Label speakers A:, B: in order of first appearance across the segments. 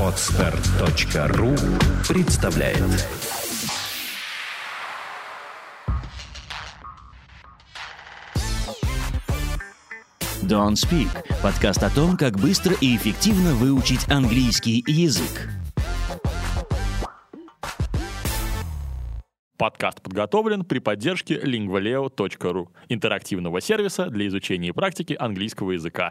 A: Podster.ru представляет.
B: Don't Speak – подкаст о том, как быстро и эффективно выучить английский язык.
C: Подкаст подготовлен при поддержке lingvaleo.ru, интерактивного сервиса для изучения и практики английского языка.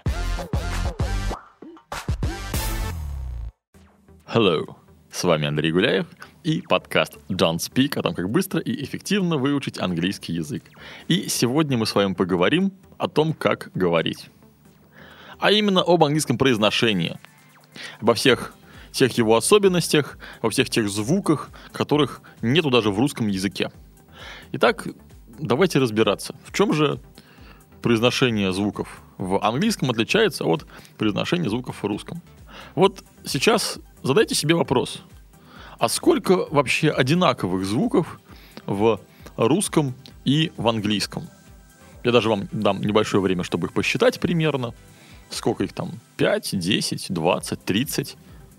C: Hello! С вами Андрей Гуляев и подкаст Don't Speak о том, как быстро и эффективно выучить английский язык. И сегодня мы с вами поговорим о том, как говорить. А именно об английском произношении, обо всех тех его особенностях, во всех тех звуках, которых нету даже в русском языке. Итак, давайте разбираться, в чем же произношение звуков в английском отличается от произношения звуков в русском. Вот сейчас задайте себе вопрос, а сколько вообще одинаковых звуков в русском и в английском? Я даже вам дам небольшое время, чтобы их посчитать примерно. Сколько их там? 5, 10, 20, 30.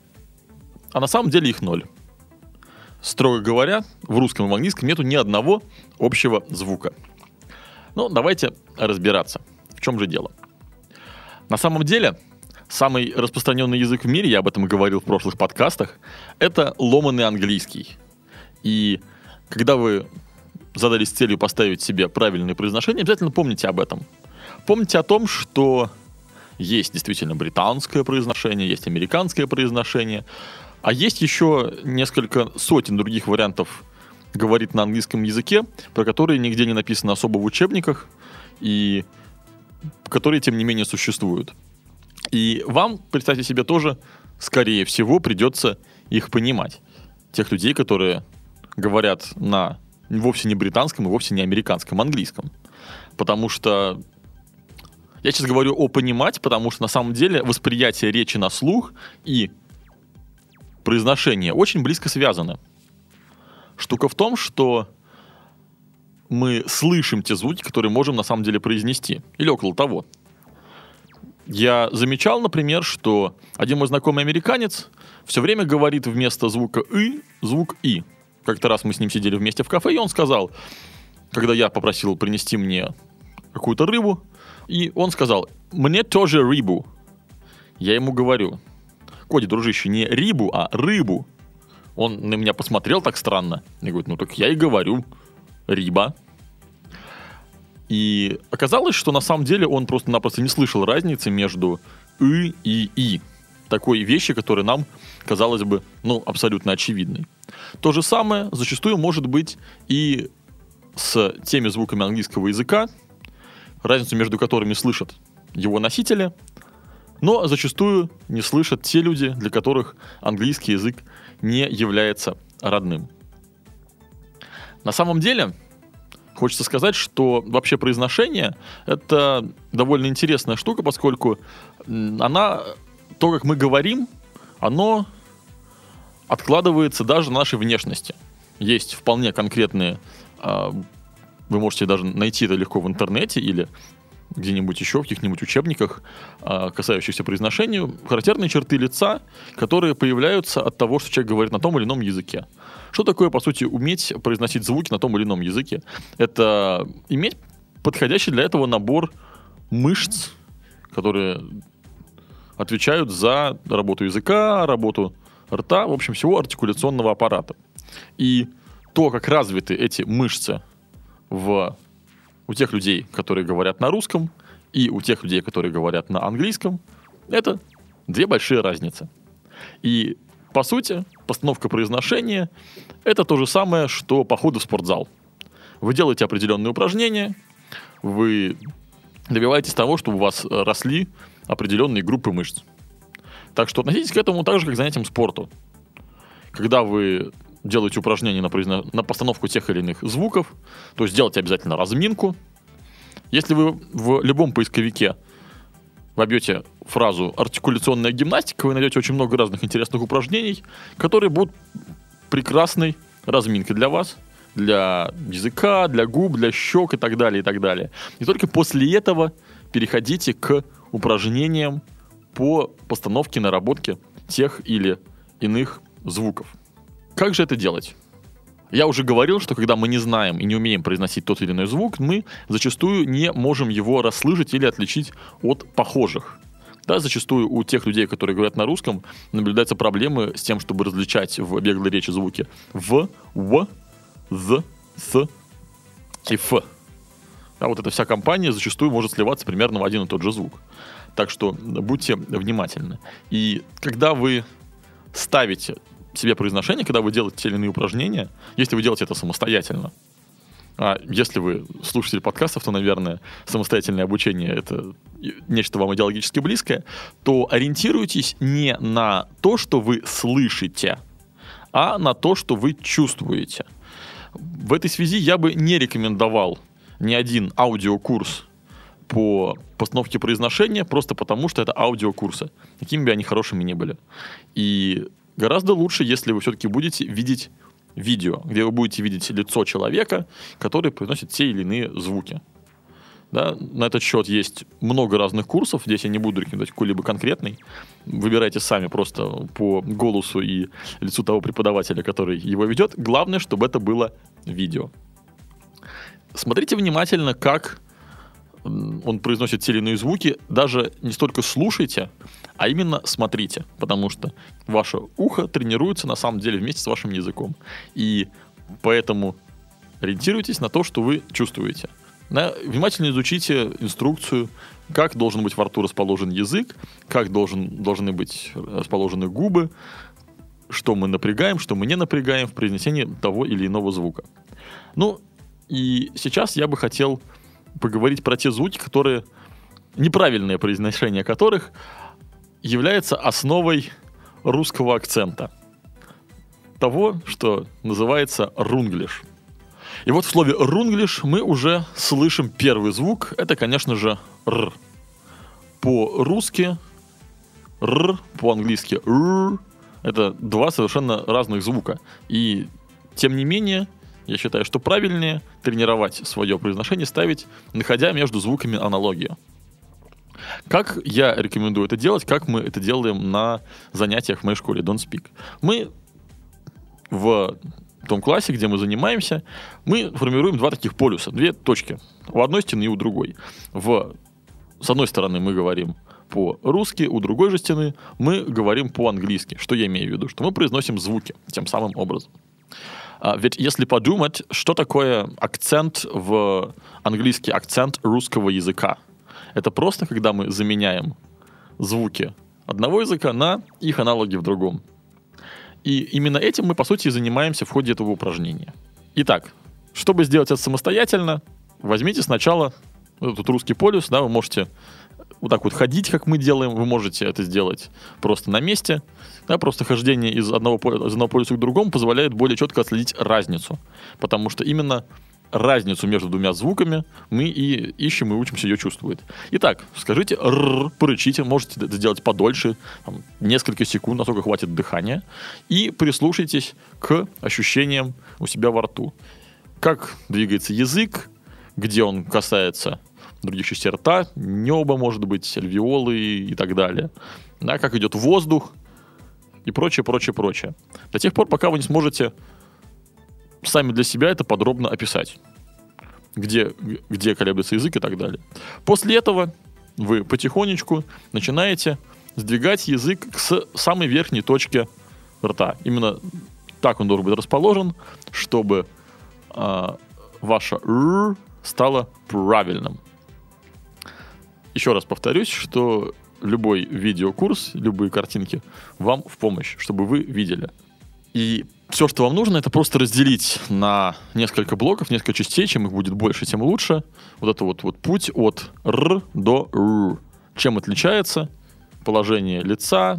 C: А на самом деле их 0. Строго говоря, в русском и в английском нету ни одного общего звука. Ну, давайте разбираться, в чем же дело. На самом деле, самый распространенный язык в мире, я об этом говорил в прошлых подкастах, это ломаный английский. И когда вы задались целью поставить себе правильное произношение, обязательно помните об этом. Помните о том, что есть действительно британское произношение, есть американское произношение, а есть еще несколько сотен других вариантов говорить на английском языке, про которые нигде не написано особо в учебниках, и которые, тем не менее, существуют. И вам, представьте себе, тоже, скорее всего, придется их понимать. Тех людей, которые говорят на вовсе не британском и вовсе не американском английском. Потому что я сейчас говорю о понимать, потому что на самом деле восприятие речи на слух и произношение очень близко связаны. Штука в том, что мы слышим те звуки, которые можем на самом деле произнести. Или около того. Я замечал, например, что один мой знакомый американец все время говорит вместо звука «ы» звук «и». Как-то раз мы с ним сидели вместе в кафе, и он сказал, когда я попросил принести мне какую-то рыбу, и он сказал: «Мне тоже рыбу». Я ему говорю: «Коди, дружище, не рибу, а рыбу». Он на меня посмотрел так странно. И говорит: «Ну так я и говорю, риба». И оказалось, что на самом деле он просто-напросто не слышал разницы между «ы» и «и». Такой вещи, которая нам, казалось бы, абсолютно очевидной. То же самое зачастую может быть и с теми звуками английского языка, разницу между которыми слышат его носители, но зачастую не слышат те люди, для которых английский язык не является родным. На самом деле, хочется сказать, что вообще произношение – это довольно интересная штука, поскольку то, как мы говорим, оно откладывается даже на нашей внешности. Есть вполне конкретные, вы можете даже найти это легко в интернете или где-нибудь еще в каких-нибудь учебниках, касающихся произношения, характерные черты лица, которые появляются от того, что человек говорит на том или ином языке. Что такое, по сути, уметь произносить звуки на том или ином языке? Это иметь подходящий для этого набор мышц, которые отвечают за работу языка, работу рта, в общем, всего артикуляционного аппарата. И то, как развиты эти мышцы у тех людей, которые говорят на русском, и у тех людей, которые говорят на английском, это две большие разницы. И, по сути, постановка произношения – это то же самое, что походы в спортзал. Вы делаете определенные упражнения, вы добиваетесь того, чтобы у вас росли определенные группы мышц. Так что относитесь к этому так же, как к занятиям спорту. Когда вы делаете упражнения на постановку тех или иных звуков, то сделайте обязательно разминку. Если вы в любом поисковике вобьете фразу «артикуляционная гимнастика», вы найдете очень много разных интересных упражнений, которые будут прекрасной разминкой для вас, для языка, для губ, для щек и так далее, и так далее. И только после этого переходите к упражнениям по постановке, наработке тех или иных звуков. Как же это делать? Я уже говорил, что когда мы не знаем и не умеем произносить тот или иной звук, мы зачастую не можем его расслышать или отличить от похожих. Да, зачастую у тех людей, которые говорят на русском, наблюдаются проблемы с тем, чтобы различать в беглой речи звуки в, з, с и ф. Да, вот эта вся компания зачастую может сливаться примерно в один и тот же звук. Так что будьте внимательны. И когда вы ставите себе произношение, когда вы делаете те или иные упражнения, если вы делаете это самостоятельно, а если вы слушатель подкастов, то, наверное, самостоятельное обучение — это нечто вам идеологически близкое, то ориентируйтесь не на то, что вы слышите, а на то, что вы чувствуете. В этой связи я бы не рекомендовал ни один аудиокурс по постановке произношения, просто потому что это аудиокурсы, какими бы они хорошими ни были. И гораздо лучше, если вы все-таки будете видеть видео, где вы будете видеть лицо человека, который произносит те или иные звуки. Да? На этот счет есть много разных курсов. Здесь я не буду рекомендовать какой-либо конкретный. Выбирайте сами просто по голосу и лицу того преподавателя, который его ведет. Главное, чтобы это было видео. Смотрите внимательно, как он произносит те или иные звуки. Даже не столько слушайте, а именно смотрите. Потому что ваше ухо тренируется на самом деле вместе с вашим языком. И поэтому ориентируйтесь на то, что вы чувствуете. Внимательно изучите инструкцию, как должен быть во рту расположен язык, как должны быть расположены губы, что мы напрягаем, что мы не напрягаем в произнесении того или иного звука. Ну, и сейчас я бы хотел поговорить про те звуки, которые, неправильное произношение которых является основой русского акцента. Того, что называется рунглиш. И вот в слове рунглиш мы уже слышим первый звук. Это, конечно же, р. По-русски р, по-английски р. Это два совершенно разных звука. И, тем не менее, я считаю, что правильнее тренировать свое произношение, ставить, находя между звуками аналогию. Как я рекомендую это делать, как мы это делаем на занятиях в моей школе Don't Speak. Мы в том классе, где мы занимаемся, мы формируем два таких полюса, две точки, у одной стены и у другой. С одной стороны мы говорим по-русски, у другой же стены мы говорим по-английски. Что я имею в виду? Что мы произносим звуки тем самым образом. Ведь если подумать, что такое акцент в английский акцент русского языка? Это просто когда мы заменяем звуки одного языка на их аналоги в другом. И именно этим мы, по сути, и занимаемся в ходе этого упражнения. Итак, чтобы сделать это самостоятельно, возьмите сначала этот русский полюс, да, вы можете вот так вот ходить, как мы делаем, вы можете это сделать просто на месте. Да, просто хождение из одного полюса к другому позволяет более четко отследить разницу. Потому что именно разницу между двумя звуками мы и ищем, и учимся ее чувствовать. Итак, скажите «р», порычите, можете это сделать подольше, там, несколько секунд, насколько хватит дыхания, и прислушайтесь к ощущениям у себя во рту. Как двигается язык, где он касается других частей рта, неба, может быть, альвеолы и так далее. Да, как идет воздух и прочее, прочее, прочее. До тех пор, пока вы не сможете сами для себя это подробно описать. Где колеблется язык и так далее. После этого вы потихонечку начинаете сдвигать язык к самой верхней точке рта. Именно так он должен быть расположен, чтобы ваше «р» стало правильным. Еще раз повторюсь, что любой видеокурс, любые картинки вам в помощь, чтобы вы видели. И все, что вам нужно, это просто разделить на несколько блоков, несколько частей. Чем их будет больше, тем лучше. Вот это вот путь от «р» до «р». Чем отличается положение лица,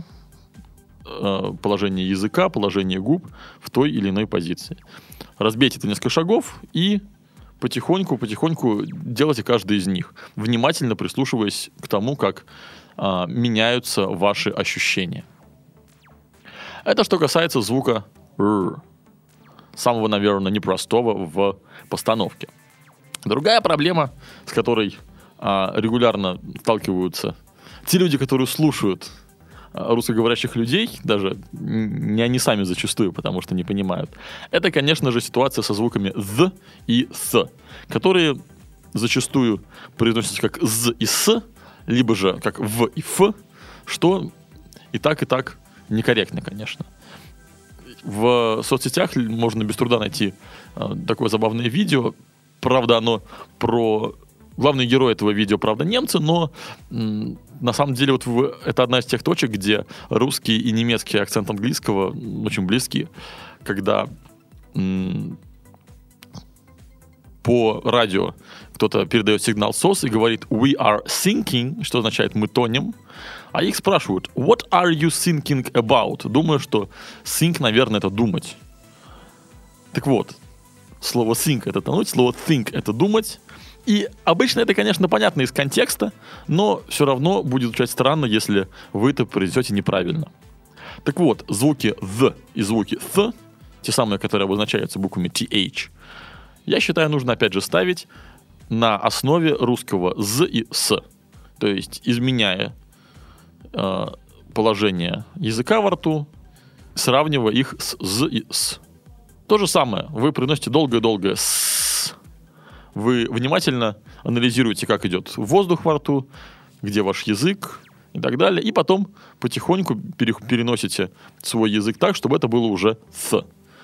C: положение языка, положение губ в той или иной позиции. Разбейте это несколько шагов и потихоньку делайте каждый из них, внимательно прислушиваясь к тому, как меняются ваши ощущения. Это что касается звука «р», самого, наверное, непростого в постановке. Другая проблема, с которой регулярно сталкиваются те люди, которые слушают русскоговорящих людей, даже не они сами зачастую, потому что не понимают, это, конечно же, ситуация со звуками «з» и «с», которые зачастую произносятся как «з» и «с», либо же как «в» и «ф», что и так некорректно, конечно. В соцсетях можно без труда найти такое забавное видео. Правда, оно про... Главный герой этого видео, правда, немцы, но на самом деле вот это одна из тех точек, где русский и немецкий акцент английского очень близки, когда по радио кто-то передает сигнал SOS и говорит «We are sinking», что означает «мы тонем», а их спрашивают «What are you thinking about?» Думаю, что think, наверное, это думать. Так вот, слово think — это тонуть, слово think — это думать. И обычно это, конечно, понятно из контекста, но все равно будет звучать странно, если вы это произнесете неправильно. Так вот, звуки «the» и звуки «th», те самые, которые обозначаются буквами «th», я считаю, нужно опять же ставить на основе русского «з» и «с». То есть изменяя положение языка во рту, сравнивая их с «з» и «с». То же самое. Вы произносите долгое-долгое «с». Вы внимательно анализируете, как идет воздух во рту, где ваш язык и так далее. И потом потихоньку переносите свой язык так, чтобы это было уже «th».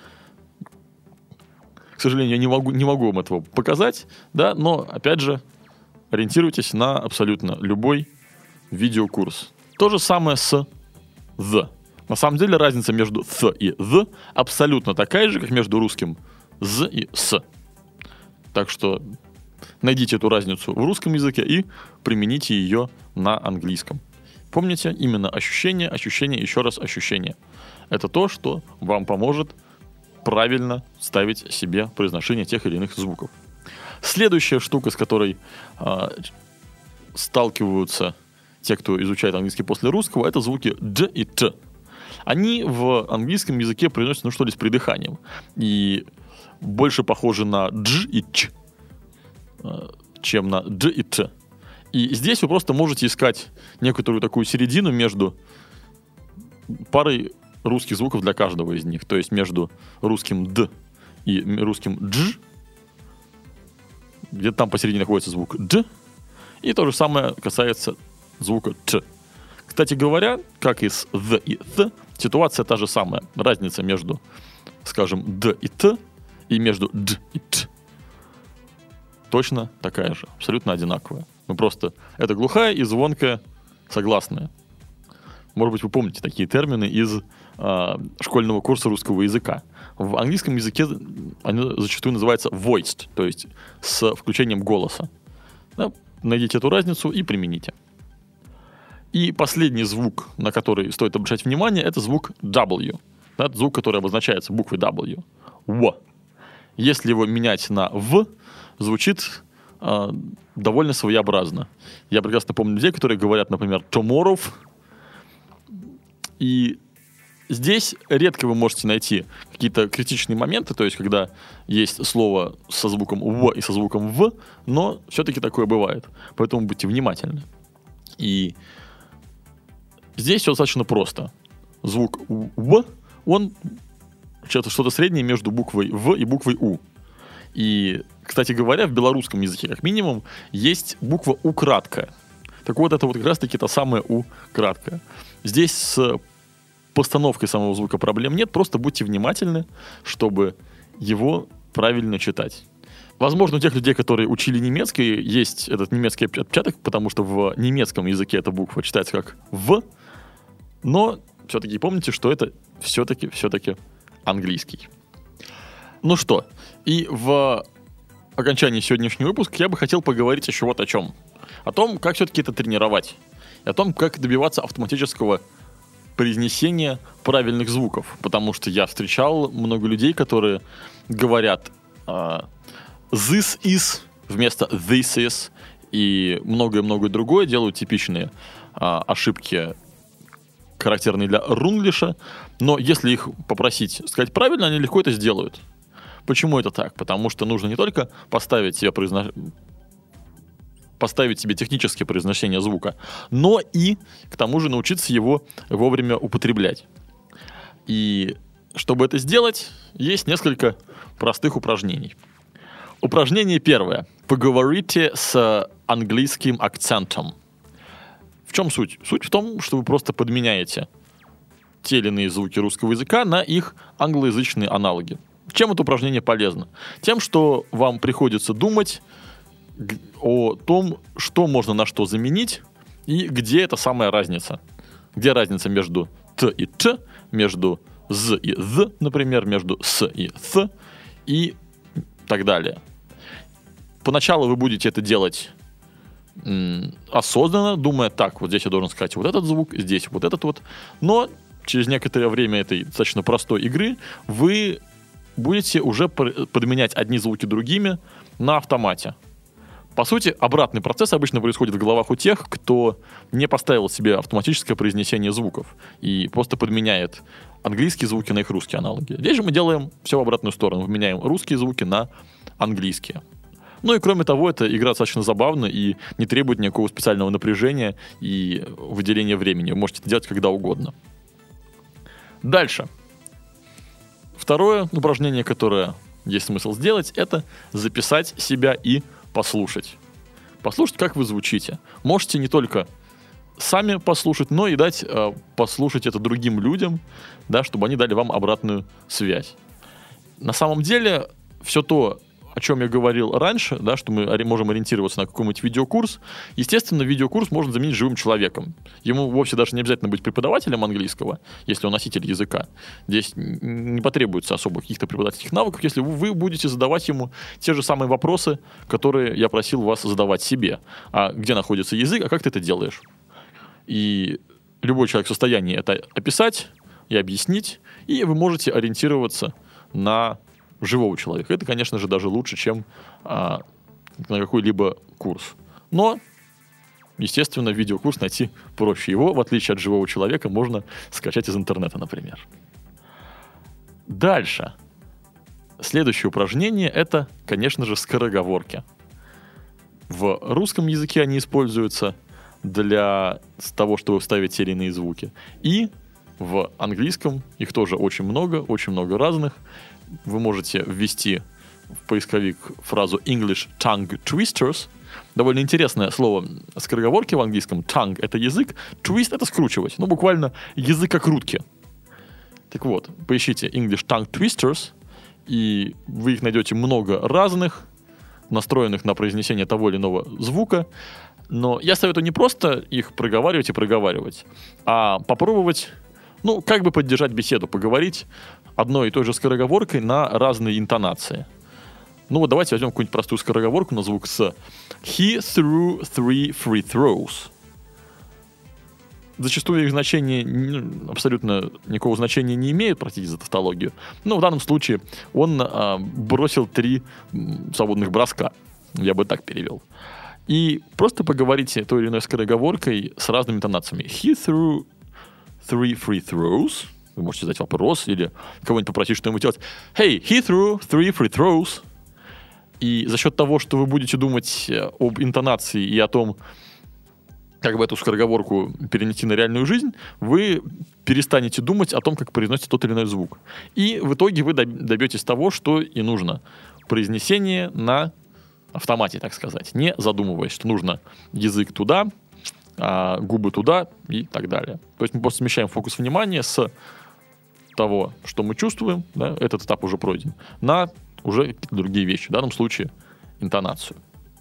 C: К сожалению, я не могу вам этого показать, да, но, опять же, ориентируйтесь на абсолютно любой видеокурс. То же самое с «the». На самом деле разница между «th» и «the» абсолютно такая же, как между русским «з» и «с». Так что найдите эту разницу в русском языке и примените ее на английском. Помните, именно ощущение, еще раз ощущение. Это то, что вам поможет правильно ставить себе произношение тех или иных звуков. Следующая штука, с которой сталкиваются те, кто изучает английский после русского, это звуки «дж» и «т». Они в английском языке произносятся, что ли, с придыханием. И больше похожи на «дж» и «ч», чем на «дж» и «т». И здесь вы просто можете искать некоторую такую середину между парой русских звуков для каждого из них. То есть между русским «д» и русским «дж». Где-то там посередине находится звук «дж». И то же самое касается звука «т». Кстати говоря, как и с «the» и «th», ситуация та же самая. Разница между, скажем, «д» и «т» и между «дж» и «т» точно такая же, абсолютно одинаковая. Ну просто это глухая и звонкая согласная. Может быть, вы помните такие термины из школьного курса русского языка. В английском языке они зачастую называются voiced, то есть с включением голоса. Да, найдите эту разницу и примените. И последний звук, на который стоит обращать внимание, это звук W. Да, звук, который обозначается буквой W. В. Если его менять на В, звучит довольно своеобразно. Я прекрасно помню людей, которые говорят, например, tomorrow. И здесь редко вы можете найти какие-то критичные моменты, то есть когда есть слово со звуком В и со звуком В, но все-таки такое бывает. Поэтому будьте внимательны. И здесь все достаточно просто. Звук В, он что-то среднее между буквой В и буквой У. И, кстати говоря, в белорусском языке, как минимум, есть буква У краткая. Так вот, это вот как раз-таки та самая У краткая. Здесь с постановкой самого звука проблем нет, просто будьте внимательны, чтобы его правильно читать. Возможно, у тех людей, которые учили немецкий, есть этот немецкий отпечаток, потому что в немецком языке эта буква читается как «в», но все-таки помните, что это все-таки английский. Ну что, и в окончании сегодняшнего выпуска я бы хотел поговорить еще вот о чем. О том, как все-таки это тренировать. И о том, как добиваться автоматического произнесения правильных звуков. Потому что я встречал много людей, которые говорят «this is» вместо «this is», и многое-многое другое, делают типичные ошибки, характерные для рунглиша, но если их попросить сказать правильно, они легко это сделают. Почему это так? Потому что нужно не только поставить себе поставить себе техническое произношение звука, но и, к тому же, научиться его вовремя употреблять. И чтобы это сделать, есть несколько простых упражнений. Упражнение первое. Поговорите с английским акцентом. В чем суть? Суть в том, что вы просто подменяете те или иные звуки русского языка на их англоязычные аналоги. Чем это упражнение полезно? Тем, что вам приходится думать о том, что можно на что заменить и где эта самая разница. Где разница между т и т, между з и з, например, между с и th и так далее. Поначалу вы будете это делать осознанно, думая, так, вот здесь я должен сказать вот этот звук, здесь вот этот вот. Но через некоторое время этой достаточно простой игры вы будете уже подменять одни звуки другими на автомате. По сути, обратный процесс обычно происходит в головах у тех, кто не поставил себе автоматическое произнесение звуков и просто подменяет английские звуки на их русские аналоги. Здесь же мы делаем все в обратную сторону. Меняем русские звуки на английские. Ну и кроме того, эта игра достаточно забавна и не требует никакого специального напряжения и выделения времени. Вы можете это делать когда угодно. Дальше. Второе упражнение, которое есть смысл сделать, это записать себя и послушать. Послушать, как вы звучите. Можете не только сами послушать, но и дать послушать это другим людям, да, чтобы они дали вам обратную связь. На самом деле, все то, о чем я говорил раньше, да, что мы можем ориентироваться на какой-нибудь видеокурс, естественно, видеокурс можно заменить живым человеком. Ему вовсе даже не обязательно быть преподавателем английского, если он носитель языка. Здесь не потребуется особо каких-то преподавательских навыков, если вы будете задавать ему те же самые вопросы, которые я просил вас задавать себе. А где находится язык, а как ты это делаешь? И любой человек в состоянии это описать и объяснить, и вы можете ориентироваться на живого человека. Это, конечно же, даже лучше, чем на какой-либо курс. Но, естественно, видеокурс найти проще. Его, в отличие от живого человека, можно скачать из интернета, например. Дальше. Следующее упражнение — это, конечно же, скороговорки. В русском языке они используются для того, чтобы вставить те или иные звуки. И в английском их тоже очень много разных. Вы можете ввести в поисковик фразу English tongue twisters. Довольно интересное слово скороговорки в английском. Tongue — это язык, twist — это скручивать. Ну, буквально языкокрутки. Так вот, поищите English tongue twisters, и вы их найдете много разных, настроенных на произнесение того или иного звука. Но я советую не просто их проговаривать, а попробовать, ну, как бы поддержать беседу, поговорить одной и той же скороговоркой на разные интонации. Ну вот давайте возьмем какую-нибудь простую скороговорку на звук «с». He threw 3 free throws. Зачастую их значение абсолютно никакого значения не имеет, простите за тавтологию. Но в данном случае он бросил 3 свободных броска. Я бы так перевел. И просто поговорите той или иной скороговоркой с разными интонациями. He threw 3 free throws. Вы можете задать вопрос или кого-нибудь попросить что-нибудь делать. Hey, he threw 3 free throws. И за счет того, что вы будете думать об интонации и о том, как бы эту скороговорку перенести на реальную жизнь, вы перестанете думать о том, как произносится тот или иной звук. И в итоге вы добьетесь того, что и нужно. Произнесение на автомате, так сказать. Не задумываясь, что нужно язык туда, губы туда и так далее. То есть мы просто смещаем фокус внимания с того, что мы чувствуем, да, этот этап уже пройден, на уже какие-то другие вещи, в данном случае интонацию.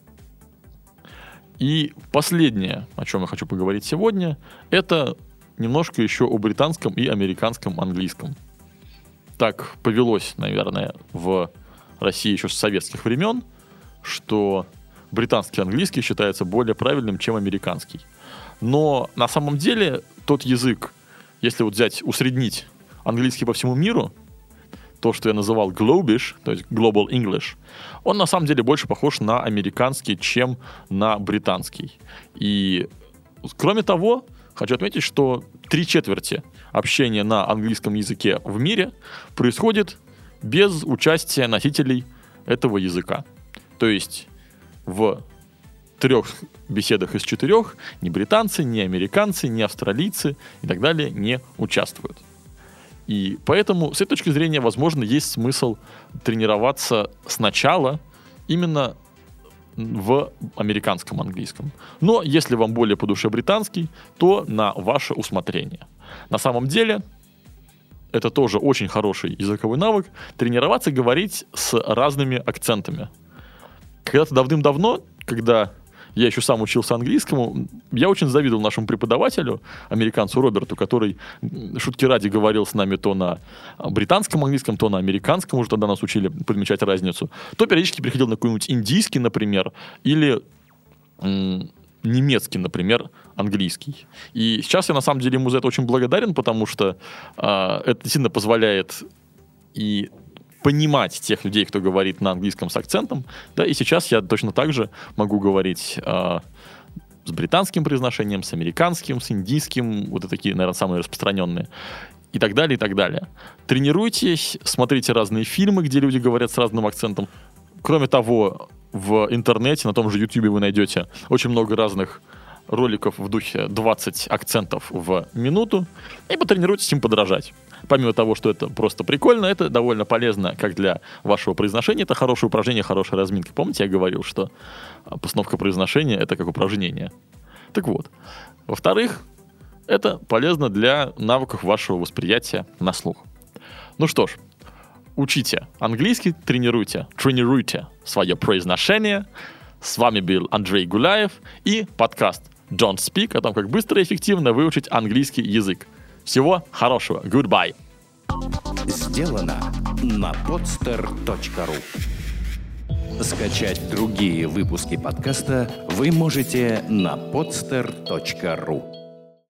C: И последнее, о чем я хочу поговорить сегодня, это немножко еще о британском и американском английском. Так повелось, наверное, в России еще с советских времен, что британский английский считается более правильным, чем американский. Но на самом деле тот язык, если вот взять, усреднить английский по всему миру, то, что я называл Globish, то есть Global English, он на самом деле больше похож на американский, чем на британский. И кроме того, хочу отметить, что 3/4 общения на английском языке в мире происходит без участия носителей этого языка. То есть в 3 беседах из 4 ни британцы, ни американцы, ни австралийцы и так далее не участвуют. И поэтому, с этой точки зрения, возможно, есть смысл тренироваться сначала именно в американском английском. Но если вам более по душе британский, то на ваше усмотрение. На самом деле, это тоже очень хороший языковой навык, тренироваться говорить с разными акцентами. Когда-то давным-давно, когда я еще сам учился английскому, я очень завидовал нашему преподавателю, американцу Роберту, который, шутки ради, говорил с нами то на британском английском, то на американском, уже тогда нас учили подмечать разницу, то периодически приходил на какой-нибудь индийский, например, или немецкий, например, английский. И сейчас я, на самом деле, ему за это очень благодарен, потому что это действительно позволяет и понимать тех людей, кто говорит на английском с акцентом, да, и сейчас я точно так же могу говорить с британским произношением, с американским, с индийским, вот это такие, наверное, самые распространенные, и так далее, и так далее. Тренируйтесь, смотрите разные фильмы, где люди говорят с разным акцентом. Кроме того, в интернете, на том же YouTube вы найдете очень много разных роликов в духе 20 акцентов в минуту, и потренируйтесь им подражать. Помимо того, что это просто прикольно, это довольно полезно как для вашего произношения. Это хорошее упражнение, хорошая разминка. Помните, я говорил, что постановка произношения — это как упражнение? Так вот. Во-вторых, это полезно для навыков вашего восприятия на слух. Ну что ж, учите английский, тренируйте свое произношение. С вами был Андрей Гуляев и подкаст Don't Speak о том, как быстро и эффективно выучить английский язык. Всего хорошего. Goodbye.
A: Сделано на podster.ru. Скачать другие выпуски подкаста вы можете на podster.ru.